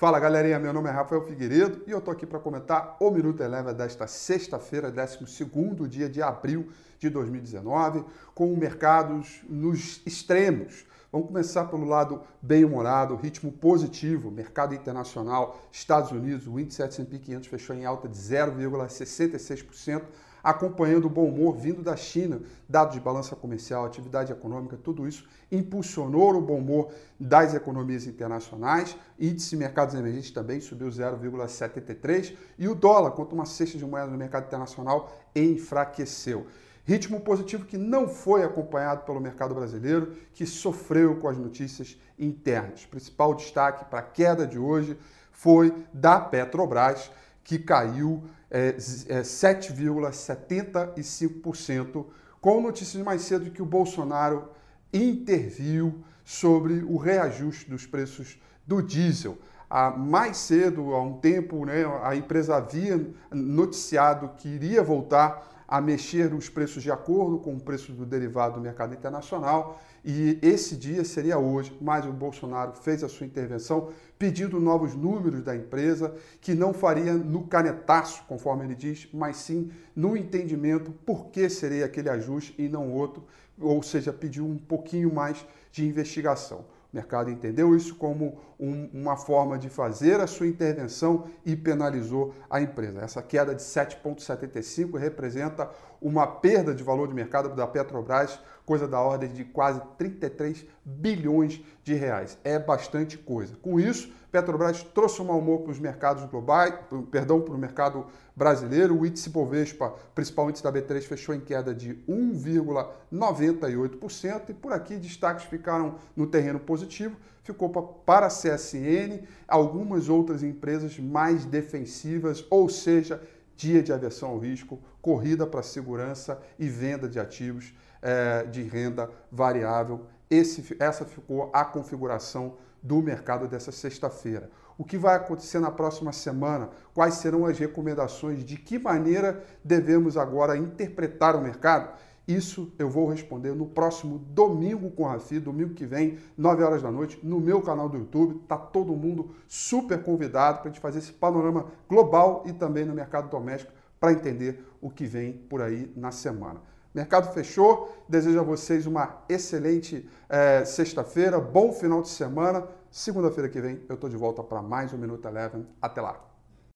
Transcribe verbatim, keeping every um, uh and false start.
Fala galerinha, meu nome é Rafael Figueiredo e eu tô aqui para comentar o Minuto Eleven desta sexta-feira, décimo segundo dia de abril de dois mil e dezenove, com mercados nos extremos. Vamos começar pelo lado bem-humorado, ritmo positivo, mercado internacional, Estados Unidos, o índice S and P quinhentos fechou em alta de zero vírgula sessenta e seis por cento, acompanhando o bom humor vindo da China, dados de balança comercial, atividade econômica, tudo isso impulsionou o bom humor das economias internacionais. Índice mercados emergentes também subiu zero vírgula setenta e três por cento e o dólar, quanto uma cesta de moeda no mercado internacional, enfraqueceu. Ritmo positivo que não foi acompanhado pelo mercado brasileiro, que sofreu com as notícias internas. O principal destaque para a queda de hoje foi da Petrobras, que caiu é, é, sete vírgula setenta e cinco por cento, com notícias mais cedo de que o Bolsonaro interviu sobre o reajuste dos preços do diesel. Ah, mais cedo, há um tempo, né, a empresa havia noticiado que iria voltar a mexer os preços de acordo com o preço do derivado do mercado internacional, e esse dia seria hoje, mas o Bolsonaro fez a sua intervenção pedindo novos números da empresa, que não faria no canetaço, conforme ele diz, mas sim no entendimento por que seria aquele ajuste e não outro, ou seja, pediu um pouquinho mais de investigação. O mercado entendeu isso como um, uma forma de fazer a sua intervenção e penalizou a empresa. Essa queda de sete vírgula setenta e cinco representa uma perda de valor de mercado da Petrobras, coisa da ordem de quase trinta e três bilhões de reais. É bastante coisa. Com isso, Petrobras trouxe um mau humor para os mercados globais, perdão, para o mercado brasileiro. O índice Bovespa, principal índice da B três, fechou em queda de um vírgula noventa e oito por cento e por aqui destaques ficaram no terreno positivo. Ficou para a C S N, algumas outras empresas mais defensivas, ou seja, dia de aversão ao risco, corrida para segurança e venda de ativos eh, de renda variável. Esse, essa ficou a configuração do mercado dessa sexta-feira. O que vai acontecer na próxima semana? Quais serão as recomendações? De que maneira devemos agora interpretar o mercado? Isso eu vou responder no próximo domingo com a Rafi, domingo que vem, nove horas da noite, no meu canal do YouTube. Tá todo mundo super convidado para a gente fazer esse panorama global e também no mercado doméstico para entender o que vem por aí na semana. Mercado fechou, desejo a vocês uma excelente é, sexta-feira, bom final de semana. Segunda-feira que vem eu estou de volta para mais um Minuto Eleven. Até lá!